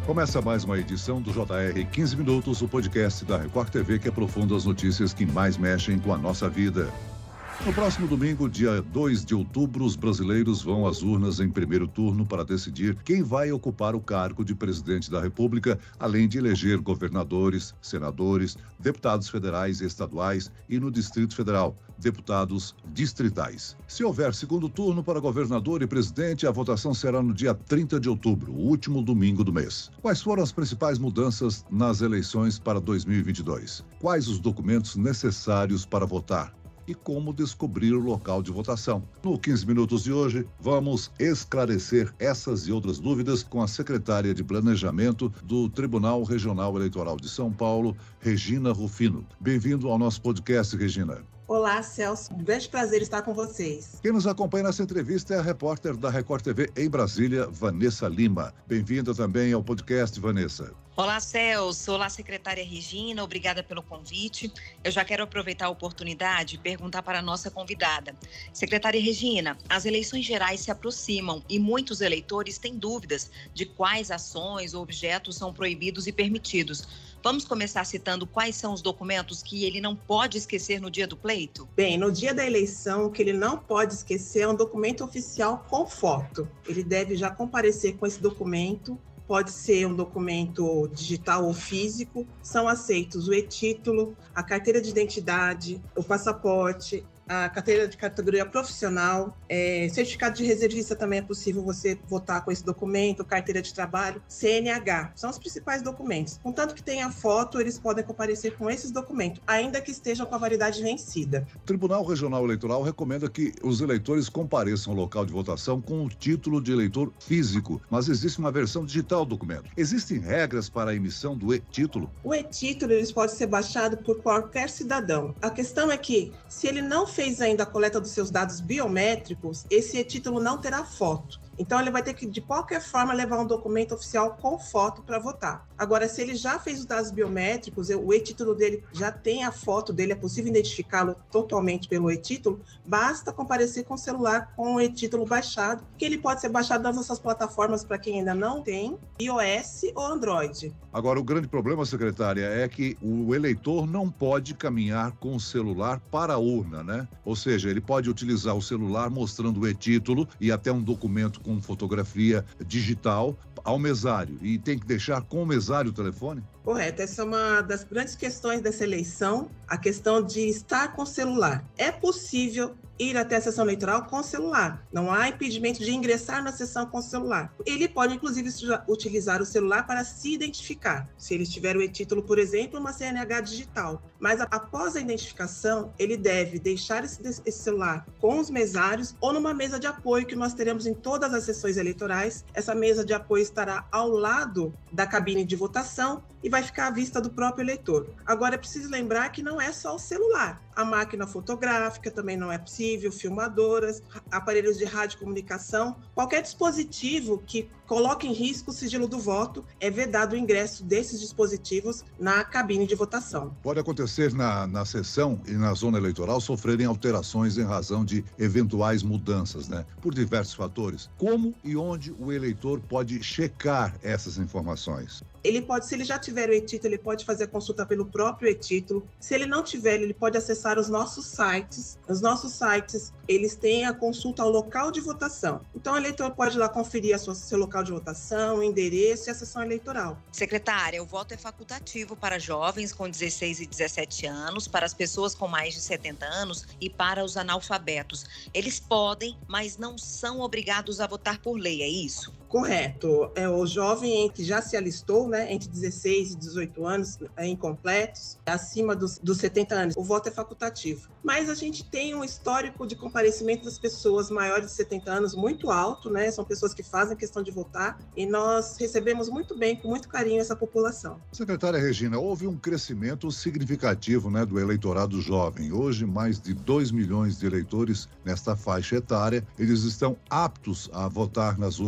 Começa mais uma edição do JR 15 Minutos, o podcast da Record TV que aprofunda as notícias que mais mexem com a nossa vida. No próximo domingo, dia 2 de outubro, os brasileiros vão às urnas em primeiro turno para decidir quem vai ocupar o cargo de presidente da República, além de eleger governadores, senadores, deputados federais e estaduais e, no Distrito Federal, deputados distritais. Se houver segundo turno para governador e presidente, a votação será no dia 30 de outubro, o último domingo do mês. Quais foram as principais mudanças nas eleições para 2022? Quais os documentos necessários para votar? E como descobrir o local de votação. No 15 Minutos de hoje, vamos esclarecer essas e outras dúvidas com a secretária de Planejamento do Tribunal Regional Eleitoral de São Paulo, Regina Rufino. Bem-vindo ao nosso podcast, Regina. Olá, Celso. Um grande prazer estar com vocês. Quem nos acompanha nessa entrevista é a repórter da Record TV em Brasília, Vanessa Lima. Bem-vinda também ao podcast, Vanessa. Olá, Celso. Olá, secretária Regina. Obrigada pelo convite. Eu já quero aproveitar a oportunidade e perguntar para a nossa convidada. Secretária Regina, as eleições gerais se aproximam e muitos eleitores têm dúvidas de quais ações ou objetos são proibidos e permitidos. Vamos começar citando quais são os documentos que ele não pode esquecer no dia do pleito? Bem, no dia da eleição, o que ele não pode esquecer é um documento oficial com foto. Ele deve já comparecer com esse documento. Pode ser um documento digital ou físico. São aceitos o e-título, a carteira de identidade, o passaporte, a carteira de categoria profissional, certificado de reservista também é possível você votar com esse documento, carteira de trabalho, CNH, são os principais documentos. Contanto que tenha foto, eles podem comparecer com esses documentos, ainda que estejam com a validade vencida. O Tribunal Regional Eleitoral recomenda que os eleitores compareçam ao local de votação com o título de eleitor físico, mas existe uma versão digital do documento. Existem regras para a emissão do e-título? O e-título ele pode ser baixado por qualquer cidadão. A questão é que, se ele não fez ainda a coleta dos seus dados biométricos, esse e-título não terá foto. Então, ele vai ter que, de qualquer forma, levar um documento oficial com foto para votar. Agora, se ele já fez os dados biométricos, o e-título dele já tem a foto dele, é possível identificá-lo totalmente pelo e-título, basta comparecer com o celular com o e-título baixado, que ele pode ser baixado nas nossas plataformas para quem ainda não tem, iOS ou Android. Agora, o grande problema, secretária, é que o eleitor não pode caminhar com o celular para a urna, né? Ou seja, ele pode utilizar o celular mostrando o e-título e até um documento com fotografia digital ao mesário, e tem que deixar com o mesário o telefone? Correto, essa é uma das grandes questões dessa eleição, a questão de estar com o celular. É possível ir até a sessão eleitoral com o celular, não há impedimento de ingressar na sessão com o celular. Ele pode, inclusive, utilizar o celular para se identificar, se ele tiver o e-título, por exemplo, uma CNH digital. Mas após a identificação, ele deve deixar esse celular com os mesários ou numa mesa de apoio que nós teremos em todas as sessões eleitorais. Essa mesa de apoio estará ao lado da cabine de votação e vai ficar à vista do próprio eleitor. Agora, é preciso lembrar que não é só o celular. A máquina fotográfica também não é possível, filmadoras, aparelhos de radiocomunicação, qualquer dispositivo que coloque em risco o sigilo do voto, é vedado o ingresso desses dispositivos na cabine de votação. Pode acontecer na sessão e na zona eleitoral sofrerem alterações em razão de eventuais mudanças, né? Por diversos fatores. Como e onde o eleitor pode checar essas informações? Ele pode, se ele já tiver o e-título, ele pode fazer a consulta pelo próprio e-título. Se ele não tiver, ele pode acessar os nossos sites. Os nossos sites, eles têm a consulta ao local de votação. Então, o eleitor pode ir lá conferir seu local de votação, o endereço e a sessão eleitoral. Secretária, o voto é facultativo para jovens com 16 e 17 anos, para as pessoas com mais de 70 anos e para os analfabetos. Eles podem, mas não são obrigados a votar por lei, é isso? Correto. O jovem que já se alistou, né, entre 16 e 18 anos, incompletos, acima dos 70 anos, o voto é facultativo. Mas a gente tem um histórico de comparecimento das pessoas maiores de 70 anos muito alto, né? São pessoas que fazem questão de votar e nós recebemos muito bem, com muito carinho, essa população. Secretária Regina, houve um crescimento significativo, né, do eleitorado jovem. Hoje, mais de 2 milhões de eleitores nesta faixa etária, eles estão aptos a votar nas urnas eleitorais.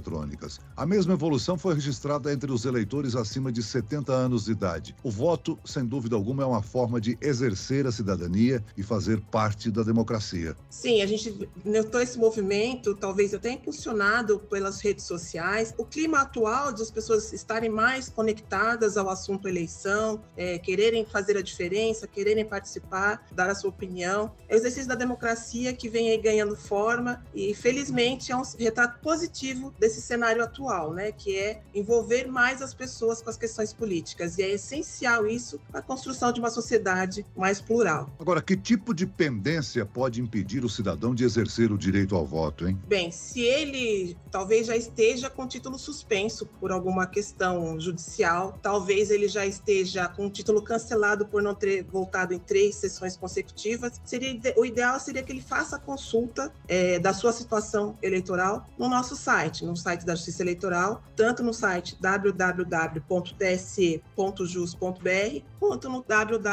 eletrônicas. A mesma evolução foi registrada entre os eleitores acima de 70 anos de idade. O voto, sem dúvida alguma, é uma forma de exercer a cidadania e fazer parte da democracia. Sim, a gente notou esse movimento, talvez até impulsionado pelas redes sociais. O clima atual de as pessoas estarem mais conectadas ao assunto eleição, quererem fazer a diferença, quererem participar, dar a sua opinião. É o exercício da democracia que vem aí ganhando forma e, felizmente, é um retrato positivo desse cenário atual, né, que é envolver mais as pessoas com as questões políticas. E é essencial isso para a construção de uma sociedade mais plural. Agora, que tipo de pendência pode impedir o cidadão de exercer o direito ao voto, hein? Bem, se ele talvez já esteja com título suspenso por alguma questão judicial, talvez ele já esteja com o título cancelado por não ter voltado em 3 sessões consecutivas, o ideal seria que ele faça a consulta da sua situação eleitoral no nosso site, no site da Justiça Eleitoral, tanto no site www.tse.jus.br quanto no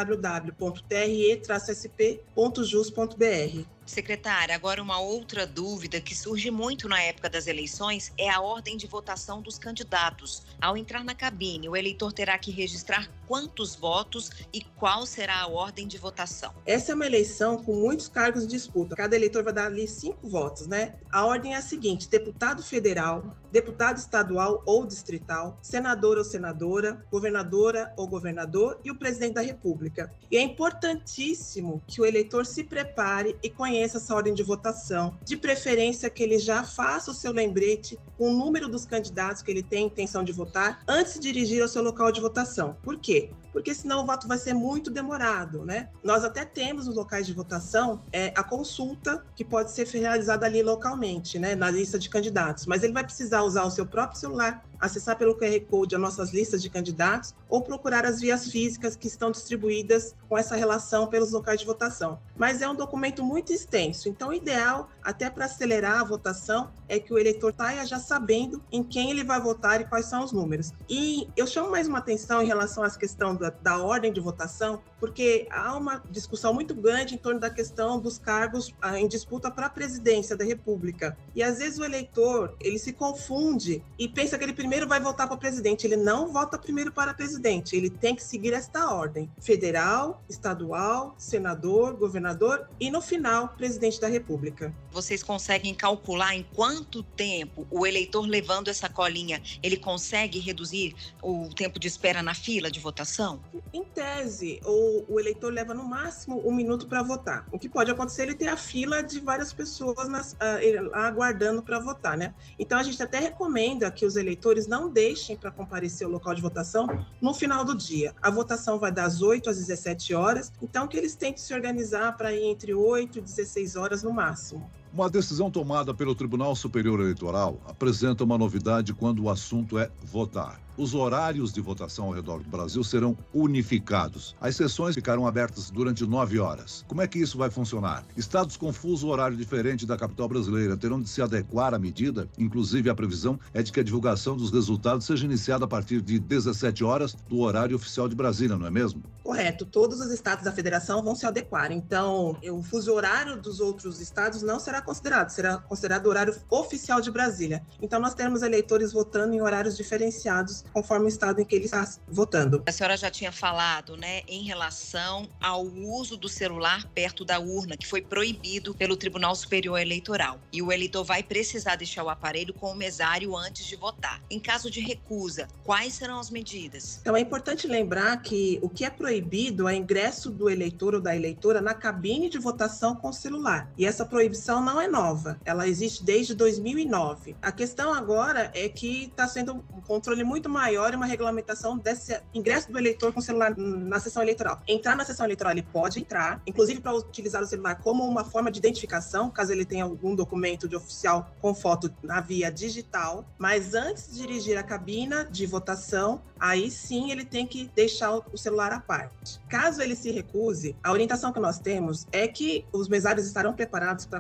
www.tre-sp.jus.br. Secretária, agora uma outra dúvida que surge muito na época das eleições é a ordem de votação dos candidatos. Ao entrar na cabine, o eleitor terá que registrar quantos votos e qual será a ordem de votação. Essa é uma eleição com muitos cargos de disputa. Cada eleitor vai dar ali 5 votos, né? A ordem é a seguinte: deputado federal, deputado estadual ou distrital, senador ou senadora, governadora ou governador e o presidente da República. E é importantíssimo que o eleitor se prepare e conheça essa ordem de votação, de preferência que ele já faça o seu lembrete com o número dos candidatos que ele tem intenção de votar antes de dirigir ao seu local de votação. Por quê? Porque senão o voto vai ser muito demorado, né? Nós até temos nos locais de votação a consulta que pode ser realizada ali localmente, né, na lista de candidatos, mas ele vai precisar usar o seu próprio celular, acessar pelo QR Code as nossas listas de candidatos ou procurar as vias físicas que estão distribuídas com essa relação pelos locais de votação. Mas é um documento muito extenso, então o ideal, até para acelerar a votação, é que o eleitor saia já sabendo em quem ele vai votar e quais são os números. E eu chamo mais uma atenção em relação à questão da ordem de votação, porque há uma discussão muito grande em torno da questão dos cargos em disputa para a presidência da República. E às vezes o eleitor, ele se confunde e pensa que ele primeiro vai votar para presidente. Ele não vota primeiro para presidente, ele tem que seguir esta ordem: federal, estadual, senador, governador e, no final, presidente da República. Vocês conseguem calcular em quanto tempo o eleitor levando essa colinha, ele consegue reduzir o tempo de espera na fila de votação? Em tese, o eleitor leva no máximo 1 minuto para votar. O que pode acontecer é ele ter a fila de várias pessoas aguardando para votar, né? Então a gente até recomenda que os eleitores não deixem para comparecer ao local de votação no final do dia. A votação vai das 8 às 17 horas, então que eles tentem se organizar para ir entre 8 e 16 horas no máximo. Uma decisão tomada pelo Tribunal Superior Eleitoral apresenta uma novidade quando o assunto é votar. Os horários de votação ao redor do Brasil serão unificados. As sessões ficarão abertas durante 9 horas. Como é que isso vai funcionar? Estados com fuso horário diferente da capital brasileira terão de se adequar à medida. Inclusive, a previsão é de que a divulgação dos resultados seja iniciada a partir de 17 horas do horário oficial de Brasília, não é mesmo? Correto. Todos os estados da federação vão se adequar. Então, o fuso horário dos outros estados não será considerado. Será considerado o horário oficial de Brasília. Então, nós teremos eleitores votando em horários diferenciados conforme o estado em que ele está votando. A senhora já tinha falado, né, em relação ao uso do celular perto da urna, que foi proibido pelo Tribunal Superior Eleitoral. E o eleitor vai precisar deixar o aparelho com o mesário antes de votar. Em caso de recusa, quais serão as medidas? Então, é importante lembrar que o que é proibido é o ingresso do eleitor ou da eleitora na cabine de votação com celular. E essa proibição não é nova. Ela existe desde 2009. A questão agora é que está sendo um controle muito maior e uma regulamentação desse ingresso do eleitor com celular na sessão eleitoral. Entrar na sessão eleitoral, ele pode entrar, inclusive para utilizar o celular como uma forma de identificação, caso ele tenha algum documento de oficial com foto na via digital, mas antes de dirigir a cabina de votação, aí sim ele tem que deixar o celular à parte. Caso ele se recuse, a orientação que nós temos é que os mesários estarão preparados para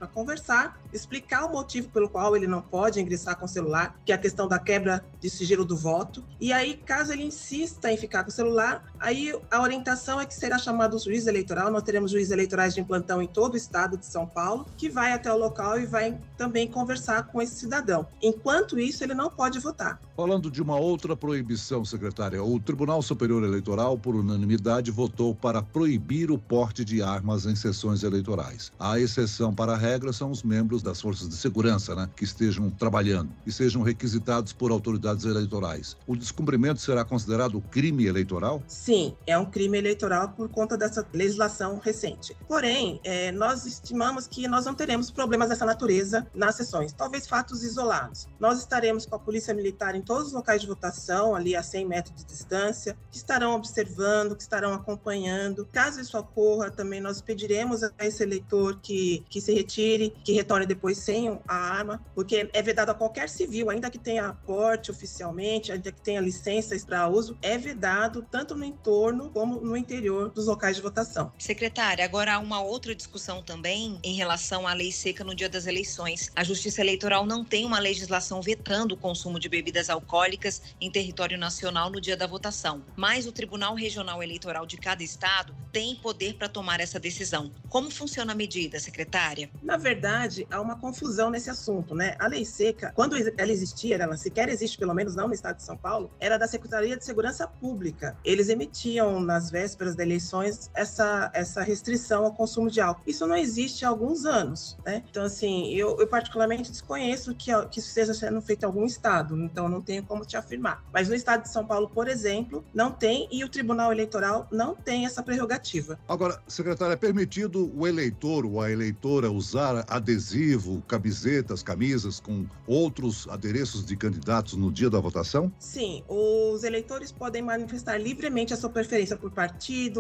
para conversar, explicar o motivo pelo qual ele não pode ingressar com o celular, que é a questão da quebra de sigilo do voto. E aí, caso ele insista em ficar com o celular, aí a orientação é que será chamado o juiz eleitoral. Nós teremos juízes eleitorais de plantão em todo o estado de São Paulo, que vai até o local e vai também conversar com esse cidadão. Enquanto isso, ele não pode votar. Falando de uma outra proibição, secretária, o Tribunal Superior Eleitoral, por unanimidade, votou para proibir o porte de armas em sessões eleitorais. A exceção para a regra são os membros das forças de segurança, que estejam trabalhando e sejam requisitados por autoridades eleitorais. O descumprimento será considerado crime eleitoral? Sim, é um crime eleitoral por conta dessa legislação recente. Porém, nós estimamos que nós não teremos problemas dessa natureza nas sessões, talvez fatos isolados. Nós estaremos com a Polícia Militar em todos os locais de votação, ali a 100 metros de distância, que estarão observando, que estarão acompanhando. Caso isso ocorra, também nós pediremos a esse eleitor que se retire, que retorne depois sem a arma, porque é vedado a qualquer civil, ainda que tenha porte oficialmente, ainda que tenha licenças para uso, é vedado tanto no entorno como no interior dos locais de votação. Secretária, agora há uma outra discussão também em relação à lei seca no dia das eleições. A Justiça Eleitoral não tem uma legislação vetando o consumo de bebidas alcoólicas em território nacional no dia da votação, mas o Tribunal Regional Eleitoral de cada estado tem poder para tomar essa decisão. Como funciona a medida, secretária? Na verdade, há uma confusão nesse assunto, A lei seca, quando ela existia, ela sequer existe, pelo menos não no estado de São Paulo, era da Secretaria de Segurança Pública. Eles emitiam nas vésperas das eleições essa restrição ao consumo de álcool. Isso não existe há alguns anos, Então, assim, eu particularmente desconheço que isso esteja sendo feito em algum estado, então não tenho como te afirmar. Mas no estado de São Paulo, por exemplo, não tem, e o Tribunal Eleitoral não tem essa prerrogativa. Agora, secretária, é permitido o eleitor ou a eleitora usar adesivo, camisetas, camisas com outros adereços de candidatos no dia da votação? Sim, os eleitores podem manifestar livremente a sua preferência por partido,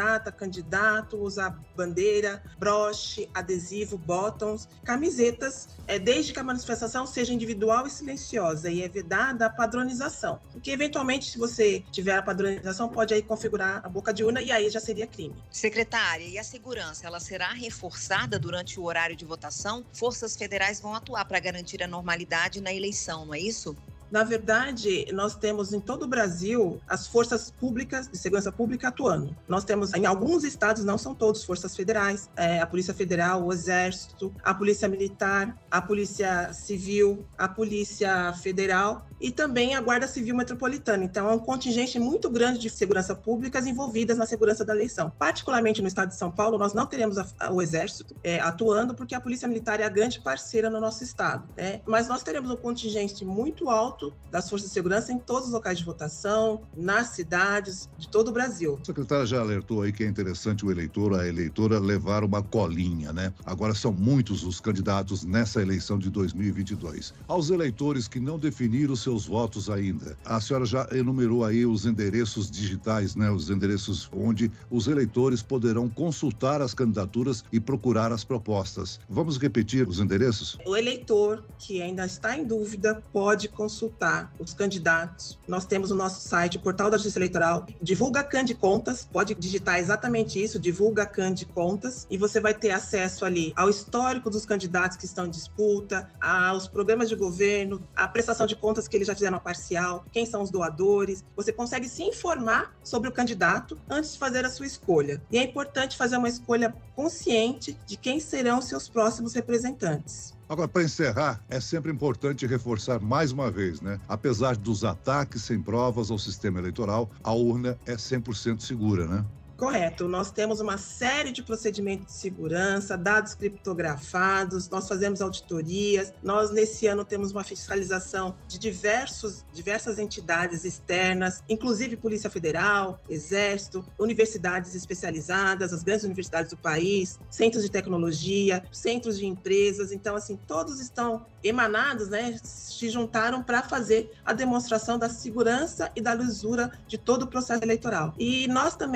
candidato, usar bandeira, broche, adesivo, bottoms, camisetas, desde que a manifestação seja individual e silenciosa, e é vedada a padronização. Porque, eventualmente, se você tiver a padronização, pode aí configurar a boca de urna e aí já seria crime. Secretária, e a segurança, ela será reforçada durante o horário de votação? Forças federais vão atuar para garantir a normalidade na eleição, não é isso? Na verdade, nós temos em todo o Brasil as forças públicas de segurança pública atuando. Nós temos, em alguns estados, não são todos forças federais, a Polícia Federal, o Exército, a Polícia Militar, a Polícia Civil, a Polícia Federal e também a Guarda Civil Metropolitana. Então, é um contingente muito grande de segurança públicas envolvidas na segurança da eleição. Particularmente no estado de São Paulo, nós não teremos o Exército atuando, porque a Polícia Militar é a grande parceira no nosso estado. Mas nós teremos um contingente muito alto das forças de segurança em todos os locais de votação, nas cidades de todo o Brasil. A secretária já alertou aí que é interessante o eleitor, a eleitora levar uma colinha, Agora são muitos os candidatos nessa eleição de 2022. Aos eleitores que não definiram seus votos ainda, a senhora já enumerou aí os endereços digitais, Os endereços onde os eleitores poderão consultar as candidaturas e procurar as propostas. Vamos repetir os endereços? O eleitor que ainda está em dúvida pode consultar os candidatos. Nós temos o nosso site, o Portal da Justiça Eleitoral, Divulga Cande Contas, pode digitar exatamente isso, Divulga Cande Contas, e você vai ter acesso ali ao histórico dos candidatos que estão em disputa, aos programas de governo, à prestação de contas que eles já fizeram a parcial, quem são os doadores. Você consegue se informar sobre o candidato antes de fazer a sua escolha. E é importante fazer uma escolha consciente de quem serão seus próximos representantes. Agora, para encerrar, é sempre importante reforçar mais uma vez, Apesar dos ataques sem provas ao sistema eleitoral, a urna é 100% segura, Correto. Nós temos uma série de procedimentos de segurança, dados criptografados, nós fazemos auditorias, nós nesse ano temos uma fiscalização de diversas entidades externas, inclusive Polícia Federal, Exército, universidades especializadas, as grandes universidades do país, centros de tecnologia, centros de empresas. Então, assim, todos estão emanados, se juntaram para fazer a demonstração da segurança e da lisura de todo o processo eleitoral. E nós também temos uma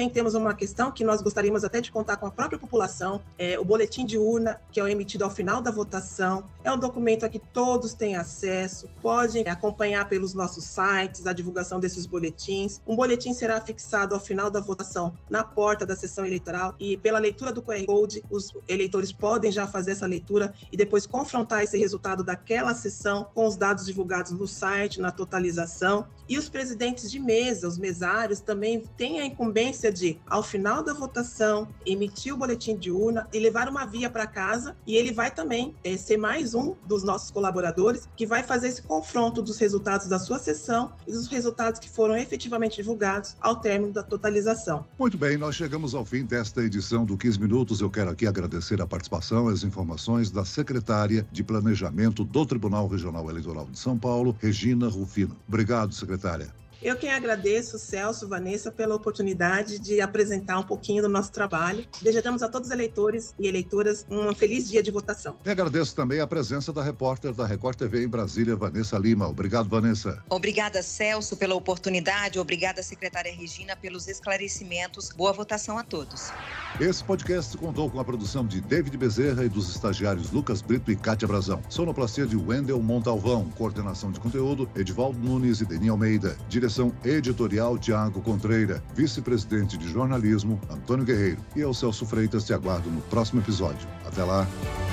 uma questão que nós gostaríamos até de contar com a própria população, o boletim de urna, que é emitido ao final da votação. É um documento a que todos têm acesso, podem acompanhar pelos nossos sites a divulgação desses boletins. Um boletim será fixado ao final da votação na porta da sessão eleitoral e pela leitura do QR Code, os eleitores podem já fazer essa leitura e depois confrontar esse resultado daquela sessão com os dados divulgados no site, na totalização. E os presidentes de mesa, os mesários, também têm a incumbência de, ao final da votação, emitir o boletim de urna e levar uma via para casa, e ele vai também ser mais um dos nossos colaboradores que vai fazer esse confronto dos resultados da sua sessão e dos resultados que foram efetivamente divulgados ao término da totalização. Muito bem, nós chegamos ao fim desta edição do 15 Minutos. Eu quero aqui agradecer a participação e as informações da secretária de Planejamento do Tribunal Regional Eleitoral de São Paulo, Regina Rufino. Obrigado, secretária. Eu quem agradeço, Celso, Vanessa, pela oportunidade de apresentar um pouquinho do nosso trabalho. Desejamos a todos os eleitores e eleitoras um feliz dia de votação. E agradeço também a presença da repórter da Record TV em Brasília, Vanessa Lima. Obrigado, Vanessa. Obrigada, Celso, pela oportunidade. Obrigada, secretária Regina, pelos esclarecimentos. Boa votação a todos. Esse podcast contou com a produção de David Bezerra e dos estagiários Lucas Brito e Kátia Brazão. Sonoplastia de Wendel Montalvão. Coordenação de conteúdo, Edivaldo Nunes e Deni Almeida. Direção editorial, Tiago Contreira. Vice-presidente de jornalismo, Antônio Guerreiro. E eu, Celso Freitas, te aguardo no próximo episódio. Até lá.